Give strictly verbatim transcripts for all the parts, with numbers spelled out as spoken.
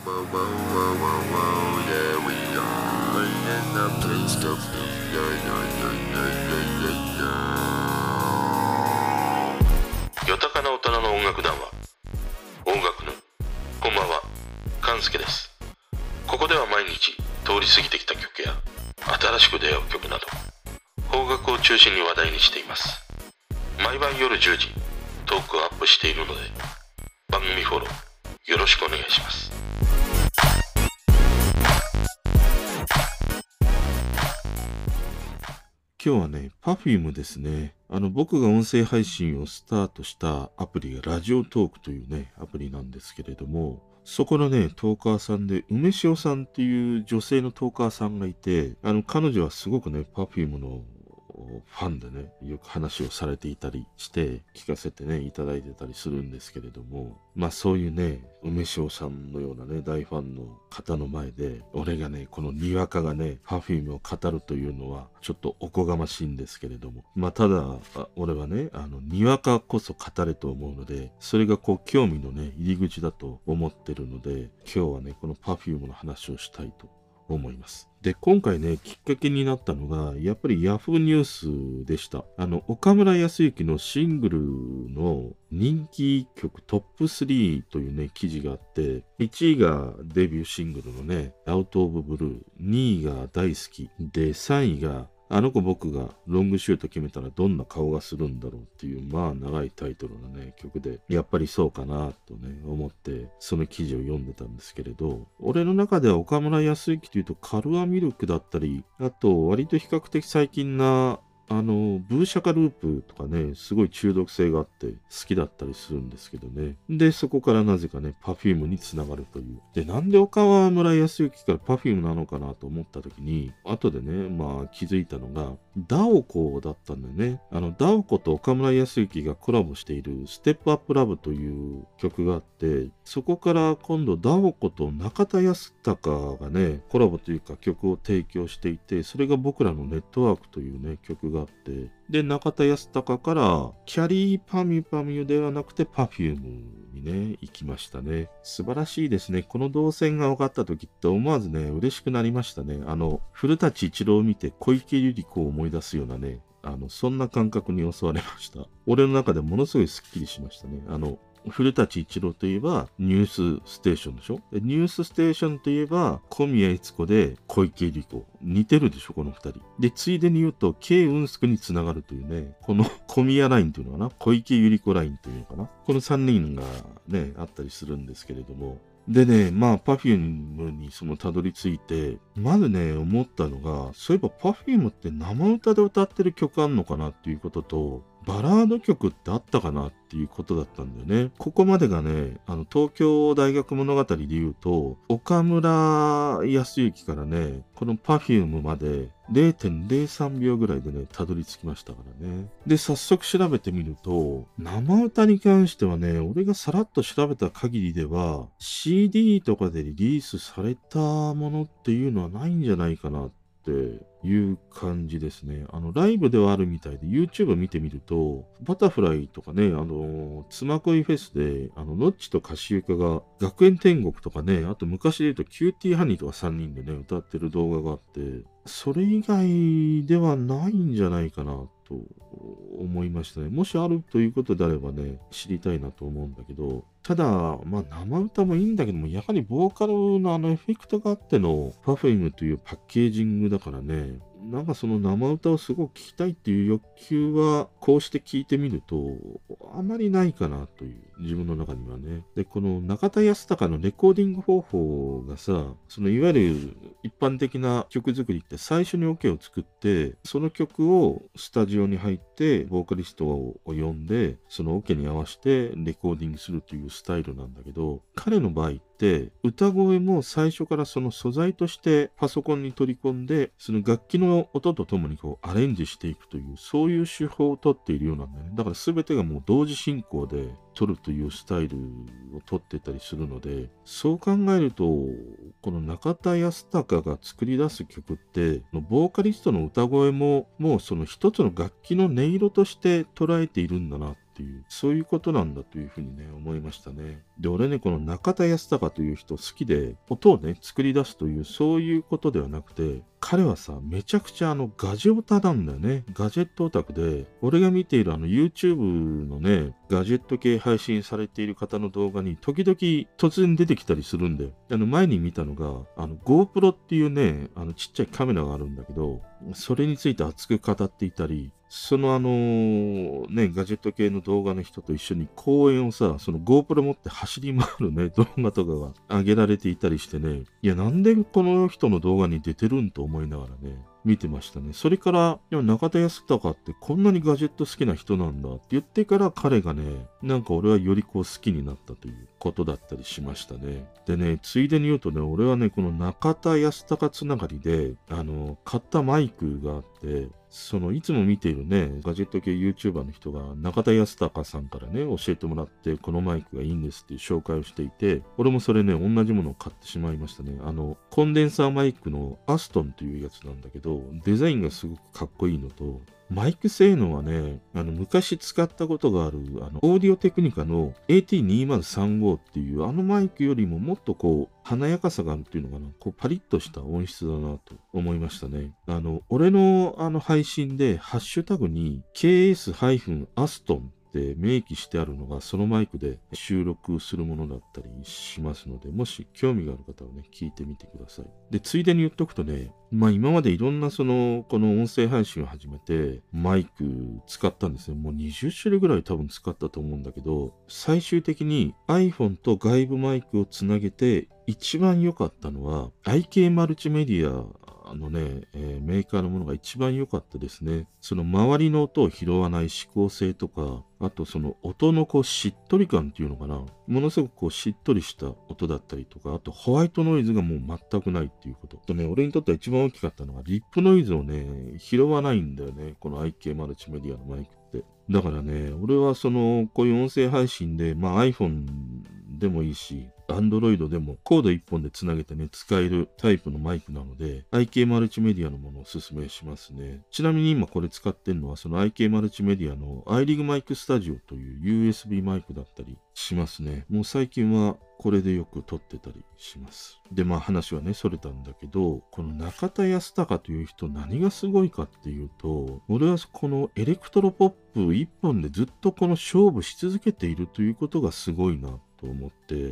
Whoa, whoa, whoa, whoa, whoa, yeah, we are in the place to be. Yeah, yeah, yeah, yeah, yeah, yeah, yeah. よたかな大人の音楽談話、音楽のこんばんは、勘介です。ここでは毎日通り過ぎてきた曲や新しく出会う曲など邦楽を中心に話題にしています。毎晩夜じゅうじトークをアップしているので番組フォローよろしくお願いします。 今日はね、Perfume ですね。あの、僕が音声配信をスタートしたアプリがラジオトークというね、アプリなんですけれども、そこのね、トーカーさんで、梅塩さんっていう女性のトーカーさんがいて、あの、彼女はすごくね、Perfume のファンでね、よく話をされていたりして聞かせてねいただいてたりするんですけれども、まあそういうね梅塩さんのようなね大ファンの方の前で俺がねこのにわかがね Perfume を語るというのはちょっとおこがましいんですけれども、まあただ俺はねあのにわかこそ語れと思うので、それがこう興味のね入り口だと思ってるので、今日はねこの Perfume の話をしたいと思います。で、今回ね、きっかけになったのが、やっぱり Yahoo ニュースでした。あの、岡村康之のシングルの人気曲トップスリーというね、記事があって、いちいがデビューシングルのね、アウトオブブルー、にいが大好き、で、さんいがあの子僕がロングシュート決めたらどんな顔がするんだろうっていう、まあ長いタイトルのね、曲で、やっぱりそうかなとね、思って、その記事を読んでたんですけれど、俺の中では岡村康之というとカルアミルクだったり、あと割と比較的最近な、あの、ブーシャカループとかね、すごい中毒性があって好きだったりするんですけどね。で、そこからなぜかね、Perfume につながるという。で、なんで岡村康之から Perfume なのかなと思った時に、後でね、まあ気づいたのが、ダオコだったんだよね。あの、ダオコと岡村康之がコラボしているステップアップラブという曲があって、そこから今度ダオコと中田康隆がね、コラボというか曲を提供していて、それが僕らのネットワークというね、曲があって、で、中田康隆からキャリーパミュパミュではなくて Perfume にね、行きましたね。素晴らしいですね。この動線が分かった時って思わずね、嬉しくなりましたね。あの、古舘一郎を見て小池百合子を思い出すようなね、あの、そんな感覚に襲われました。俺の中でものすごいスッキリしましたね。あの、古舘一郎といえばニュースステーションでしょ。でニュースステーションといえば小宮逸子で小池百合子。似てるでしょ、この二人。で、ついでに言うと、K 運スクにつながるというね、この小宮ラインというのかな、小池百合子ラインというのかな。この三人がね、あったりするんですけれども。でね、まあ、Perfume にそのたどり着いて、まずね、思ったのが、そういえば Perfume って生歌で歌ってる曲あんのかなっていうことと、バラード曲ってあったかなっていうことだったんだよね。ここまでがね、あの、東京大学物語で言うと、岡村康之からね、この Perfume まで れいてんれいさんびょうぐらいでね、たどり着きましたからね。で、早速調べてみると、生歌に関してはね、俺がさらっと調べた限りでは、シーディー とかでリリースされたものっていうのはないんじゃないかなっていう感じですね。あの、ライブではあるみたいで、YouTube 見てみると、バタフライとかね、あの、妻恋フェスで、あの、ノッチとカシユカが学園天国とかね、あと昔で言うとキューティーハニーとかさんにんでね、歌ってる動画があって、それ以外ではないんじゃないかなと思いましたね。もしあるということであればね、知りたいなと思うんだけど、ただ、まあ生歌もいいんだけども、やはりボーカルのあのエフェクトがあっての Perfume というパッケージングだからね、なんかその生歌をすごく聴きたいっていう欲求は、こうして聞いてみると、あまりないかなという、自分の中にはね。で、この中田康隆のレコーディング方法がさ、そのいわゆる一般的な曲作りって最初にオケを作って、その曲をスタジオに入って、ボーカリストを呼んで、そのオケに合わせてレコーディングするというスタイルなんだけど、彼の場合って、歌声も最初からその素材としてパソコンに取り込んで、その楽器の音とともにこうアレンジしていくという、そういう手法をとっているようなんだよね。だから全てがもう同時進行で撮るというスタイルをとってたりするので、そう考えると、この中田康隆が作り出す曲って、ボーカリストの歌声ももうその一つの楽器の音色として捉えているんだなっっていう、そういうことなんだというふうにね、思いましたね。で、俺ね、この中田泰孝という人好きで、音をね、作り出すという、そういうことではなくて、彼はさ、めちゃくちゃあのガジェオタなんだよね。ガジェットオタクで、俺が見ているあの YouTube のね、ガジェット系配信されている方の動画に時々突然出てきたりするんだよ。あの前に見たのが、あの GoPro っていうね、あのちっちゃいカメラがあるんだけど、それについて熱く語っていたり、そのあのね、ガジェット系の動画の人と一緒に公園をさ、その GoPro 持って走り回るね、動画とかが上げられていたりしてね、いや、なんでこの人の動画に出てるんと思いながらね、見てましたね。それから、いや中田泰孝ってこんなにガジェット好きな人なんだって言ってから彼がね、なんか俺はよりこう好きになったということだったりしましたね。でね、ついでに言うとね、俺はね、この中田泰孝つながりで、あの、買ったマイクがあって、そのいつも見ているね、ガジェット系 YouTuber の人が中田泰孝さんからね、教えてもらって、このマイクがいいんですっていう紹介をしていて、俺もそれね、同じものを買ってしまいましたね。あの、コンデンサーマイクのアストンというやつなんだけど、デザインがすごくかっこいいのと、マイク性能はね、あの、昔使ったことがある、あの、オーディオテクニカの エーティーにせんさんじゅうご っていう、あのマイクよりももっとこう、華やかさがあるっていうのかな、こう、パリッとした音質だなと思いましたね。あの、俺のあの配信で、ハッシュタグに ケーエス アストンって明記してあるのがそのマイクで収録するものだったりしますので、もし興味がある方はね、聞いてみてください。で、ついでに言っとくとね、まあ今までいろんなその、この音声配信を始めて、マイク使ったんですね。もうにじゅっしゅるいぐらい多分使ったと思うんだけど、最終的に iPhone と外部マイクをつなげて一番良かったのは アイケー マルチメディアあのね、えー、メーカーのものが一番良かったですね。その周りの音を拾わない指向性とか、あとその音のこうしっとり感っていうのかな。ものすごくこうしっとりした音だったりとか、あとホワイトノイズがもう全くないっていうこと。とね、俺にとっては一番大きかったのがリップノイズをね、拾わないんだよね。この アイケー マルチメディアのマイクって。だからね、俺はその、こういう音声配信で、まあ iPhone でもいいし、Android でもコードいっぽんでつなげてね、使えるタイプのマイクなので、アイケー マルチメディアのものをおすすめしますね。ちなみに今これ使ってるのは、その アイケー マルチメディアの iRig マイクスタジオという ユーエスビー マイクだったりしますね。もう最近はこれでよく撮ってたりします。で、まあ話はね、それたんだけど、この中田泰孝という人何がすごいかっていうと、俺はこのエレクトロポップ一本でずっとこの勝負し続けているということがすごいなと思って、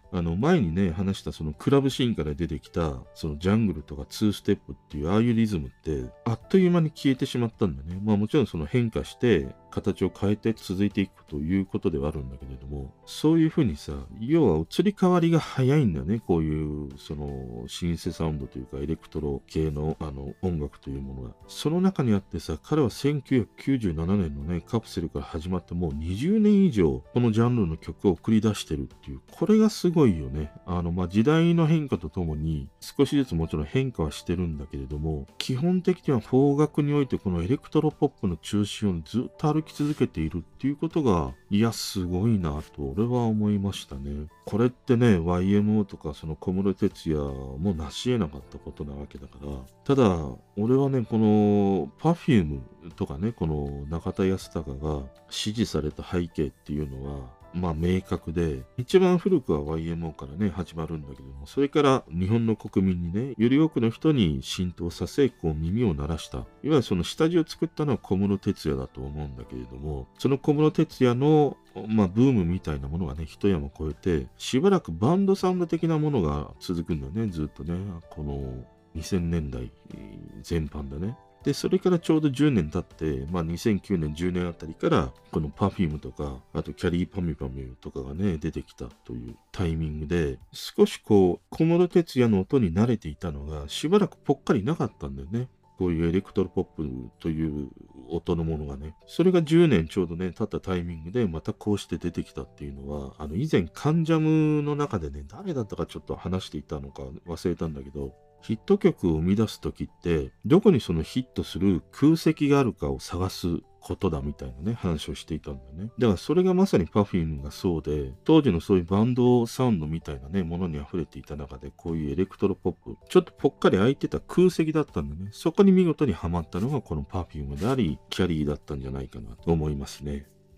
あの前にね、話したそのクラブシーンから出てきた、そのジャングルとかツーステップっていうああいうリズムって、あっという間に消えてしまったんだね。まあもちろんその変化して、形を変えて続いていくということではあるんだけれども、そういうふうにさ、要は移り変わりが早いんだよね。こういうそのシンセサウンドというかエレクトロ系のあの音楽というものが。その中にあってさ、彼はせんきゅうひゃくきゅうじゅうななねんのね、カプセルから始まってもうにじゅうねん以上このジャンルの曲を送り出してるっていう、これがすごいよね。あの、まあ、時代の変化とともに少しずつもちろん変化はしてるんだけれども、基本的には邦楽においてこのエレクトロポップの中心をずっと歩き続けているっていうことが、いや、すごいなと俺は思いましたね。これってね、ワイエムオー とかその小室哲也も成し得なかったことなわけだから、ただ、俺はね、この Perfume とかね、この中田泰孝が支持された背景っていうのは、まあ明確で、一番古くは ワイエムオー からね、始まるんだけども、それから日本の国民にね、より多くの人に浸透させ、こう耳を鳴らした。いわゆるその下地を作ったのは小室哲也だと思うんだけれども、その小室哲也のまあ、ブームみたいなものがね、一山越えて、しばらくバンドサウンド的なものが続くんだよね、ずっとね。このにせんねんだい全般だね。で、それからちょうどじゅうねん経って、まあにせんきゅうねん、じゅうねんあたりから、この Perfume とか、あとキャリーパミュパミュとかがね、出てきたというタイミングで、少しこう、小室哲也の音に慣れていたのが、しばらくぽっかりなかったんだよね。こういうエレクトロポップという音のものがね。それがじゅうねんちょうどね、経ったタイミングでまたこうして出てきたっていうのは、あの以前カンジャムの中でね、誰だったかちょっと話していたのか忘れたんだけど、ヒット曲を生み出すときって、どこにそのヒットする空席があるかを探すことだみたいなね、話をしていたんだよね。だからそれがまさに Perfume がそうで、当時のそういうバンドサウンドみたいなね、ものに溢れていた中で、こういうエレクトロポップ、ちょっとぽっかり空いてた空席だったんだね。そこに見事にはまったのがこの Perfume であり、キャリーだったんじゃないかなと思いますね。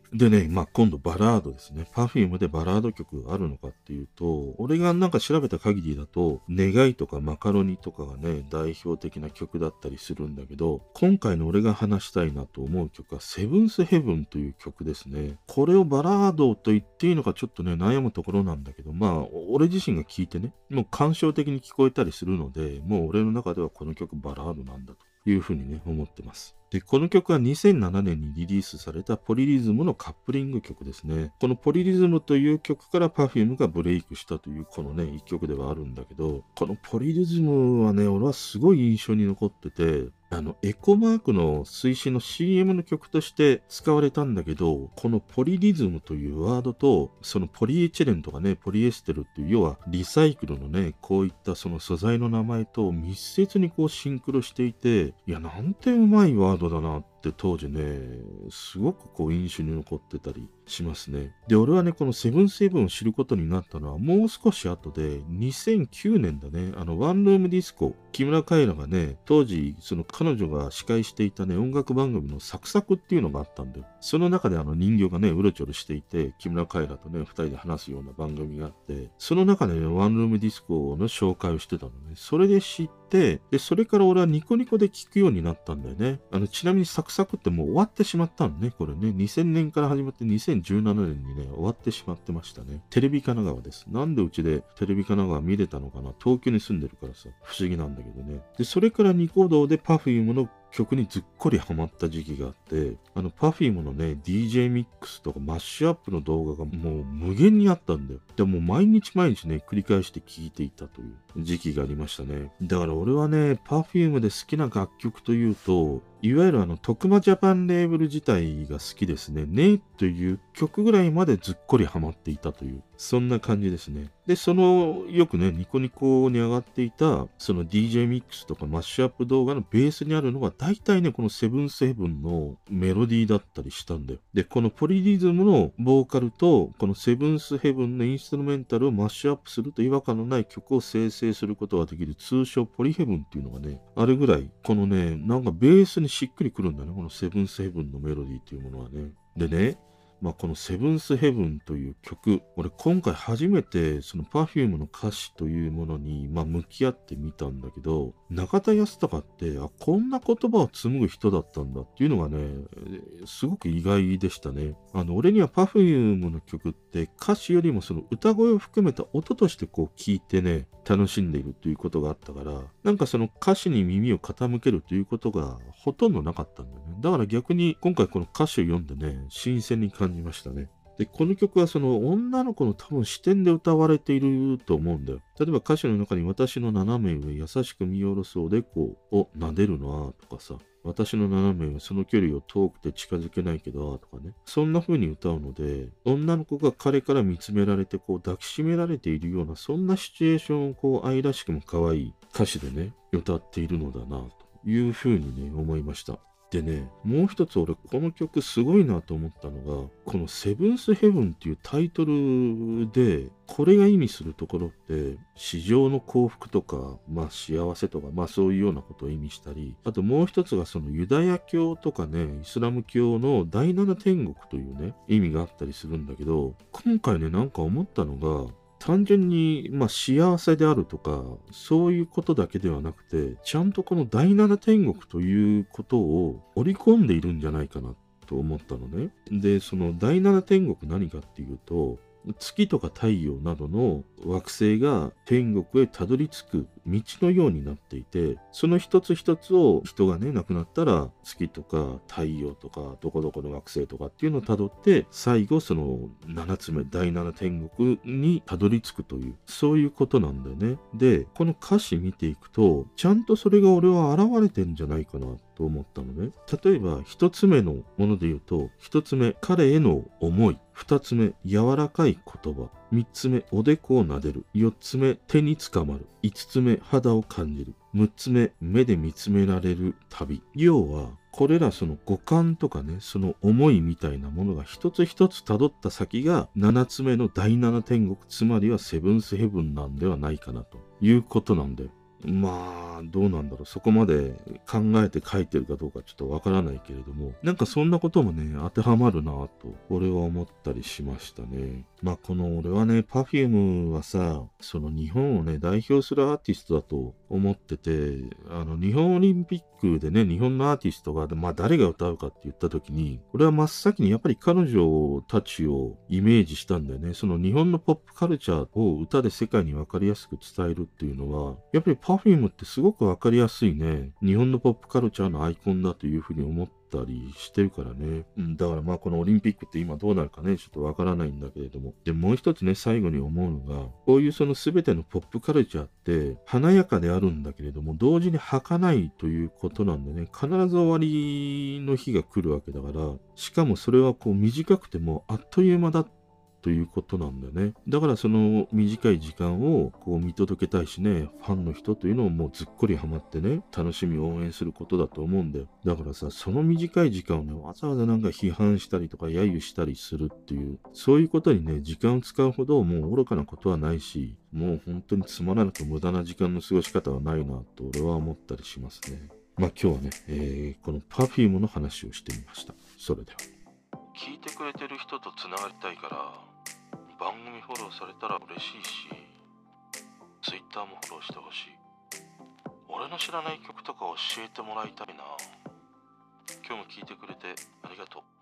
でね、まあ今度バラードですね。Perfume でバラード曲があるのかっていうと、俺がなんか調べた限りだと、願いとかマカロニとかがね、代表的な曲だったりするんだけど、今回の俺が話したいなと思う曲は、セブンスヘブンという曲ですね。これをバラードと言っていいのかちょっとね、悩むところなんだけど、まあ、俺自身が聞いてね、もう感傷的に聞こえたりするので、もう俺の中ではこの曲バラードなんだというふうにね、思ってます。で、この曲はにせんななねんにリリースされたポリリズムのカップリング曲ですね。このポリリズムという曲から Perfume がブレイクしたというこのね、一曲ではあるんだけど、このポリリズムはね、俺はすごい印象に残ってて、あの、エコマークの推進の シーエム の曲として使われたんだけど、このポリリズムというワードと、そのポリエチレンとかね、ポリエステルっていう、要はリサイクルのね、こういったその素材の名前と密接にこうシンクロしていて、いや、なんてうまいワードだなって当時ね、すごくこう印象に残ってたりしますね。で、俺はね、このセブンセブンを知ることになったのはもう少し後で、にせんきゅうねんだね、あの、ワンルームディスコ、木村カエラがね、当時、その彼女が司会していたね、音楽番組のサクサクっていうのがあったんだよ。その中であの人形がね、うろちょろしていて、木村カエラとね、二人で話すような番組があって、その中でね、ワンルームディスコの紹介をしてたのね。それで知って、で、それから俺はニコニコで聞くようになったんだよね。あの、ちなみにサクサクってもう終わってしまったのね、これね。にせんねんから始まってにせんじゅうななねんにね、終わってしまってましたね。テレビ神奈川です。なんでうちでテレビ神奈川見れたのかな、東京に住んでるからさ、不思議なんだけどね。で、それからニコ動で Perfume の曲にずっこりハマった時期があって、あの Perfume のね ディージェー ミックスとかマッシュアップの動画がもう無限にあったんだよ。でも毎日毎日ね繰り返して聴いていたという時期がありましたね。だから俺はね Perfume で好きな楽曲というと、いわゆるあの徳間ジャパンレーベル自体が好きですね。ねという曲ぐらいまでずっこりハマっていたという、そんな感じですね。で、そのよくねニコニコに上がっていたその ディージェー ミックスとかマッシュアップ動画のベースにあるのが大体ねこのセブンセブンのメロディーだったりしたんだよ。で、このポリリズムのボーカルとこのセブンスヘブンのインストゥルメンタルをマッシュアップすると違和感のない曲を生成することができる通称ポリヘブンっていうのがねあるぐらい、このねなんかベースにしっくりくるんだね、このセブンスヘブンのメロディーっていうものはね。でね、まあ、このセブンスヘブンという曲、俺今回初めてその Perfume の歌詞というものに、まあ、向き合ってみたんだけど、中田泰孝って、あ、こんな言葉を紡ぐ人だったんだっていうのがね、すごく意外でしたね。あの、俺には Perfume の曲って歌詞よりもその歌声を含めた音としてこう聞いてね、楽しんでいるということがあったから、なんかその歌詞に耳を傾けるということがほとんどなかったんだよね。だから逆に今回この歌詞を読んでね、新鮮に感じましたね。で、この曲はその女の子の多分視点で歌われていると思うんだよ。例えば歌詞の中に私の斜め上優しく見下ろすおでこを撫でるのはとかさ、私の斜め上その距離を遠くて近づけないけどとかね、そんな風に歌うので、女の子が彼から見つめられてこう抱きしめられているような、そんなシチュエーションをこう愛らしくも可愛い歌詞でね歌っているのだなという風にね思いました。でね、もう一つ俺この曲すごいなと思ったのが、このセブンスヘブンっていうタイトルでこれが意味するところって地上の幸福とか、まあ幸せとか、まあそういうようなことを意味したり、あともう一つがそのユダヤ教とかねイスラム教の第七天国というね意味があったりするんだけど、今回ねなんか思ったのが、単純に、まあ、幸せであるとかそういうことだけではなくて、ちゃんとこの第七天国ということを織り込んでいるんじゃないかなと思ったのね。で、その第七天国何かっていうと、月とか太陽などの惑星が天国へたどり着く道のようになっていて、その一つ一つを人がね亡くなったら月とか太陽とかどこどこの惑星とかっていうのをたどって、最後その七つ目第七天国にたどり着くという、そういうことなんだよね。で、この歌詞見ていくとちゃんとそれが俺は現れてんじゃないかなと思ったのね。例えば一つ目のもので言うと、一つ目彼への思い、二つ目柔らかい言葉、三つ目おでこを撫でる、四つ目手につかまる、五つ目肌を感じる、六つ目目で見つめられる旅。要はこれらその五感とかね、その思いみたいなものが一つ一つ辿った先が七つ目の第七天国、つまりはセブンスヘブンなんではないかなということなんだよ。まああどうなんだろう、そこまで考えて書いてるかどうかちょっとわからないけれども、なんかそんなこともね、当てはまるなぁと、俺は思ったりしましたね。まあこの俺はね、Perfume はさ、その日本をね、代表するアーティストだと思ってて、あの日本オリンピックでね、日本のアーティストが、まあ誰が歌うかって言った時に、俺は真っ先にやっぱり彼女たちをイメージしたんだよね。その日本のポップカルチャーを歌で世界にわかりやすく伝えるっていうのは、やっぱり Perfume ってすごくわかりやすいね、日本のポップカルチャーのアイコンだというふうに思ったりしてるからね。うん、だからまあこのオリンピックって今どうなるかね、ちょっとわからないんだけれども。で、もう一つね、最後に思うのが、こういうその全てのポップカルチャーって華やかであるんだけれども、同時に儚いということなんでね、必ず終わりの日が来るわけだから、しかもそれはこう短くてもあっという間だということなんだよね。だからその短い時間をこう見届けたいしね、ファンの人というのをもうずっこりハマってね、楽しみ応援することだと思うんだよ。だからさ、その短い時間をね、わざわざなんか批判したりとか揶揄したりするっていう、そういうことにね、時間を使うほどもう愚かなことはないし、もう本当につまらなく無駄な時間の過ごし方はないなと俺は思ったりしますね。まあ今日はね、えー、この Perfume の話をしてみました。それでは。聞いてくれてる人とつながりたいから番組フォローされたら嬉しいし、Twitter もフォローしてほしい。俺の知らない曲とか教えてもらいたいな。今日も聞いてくれてありがとう。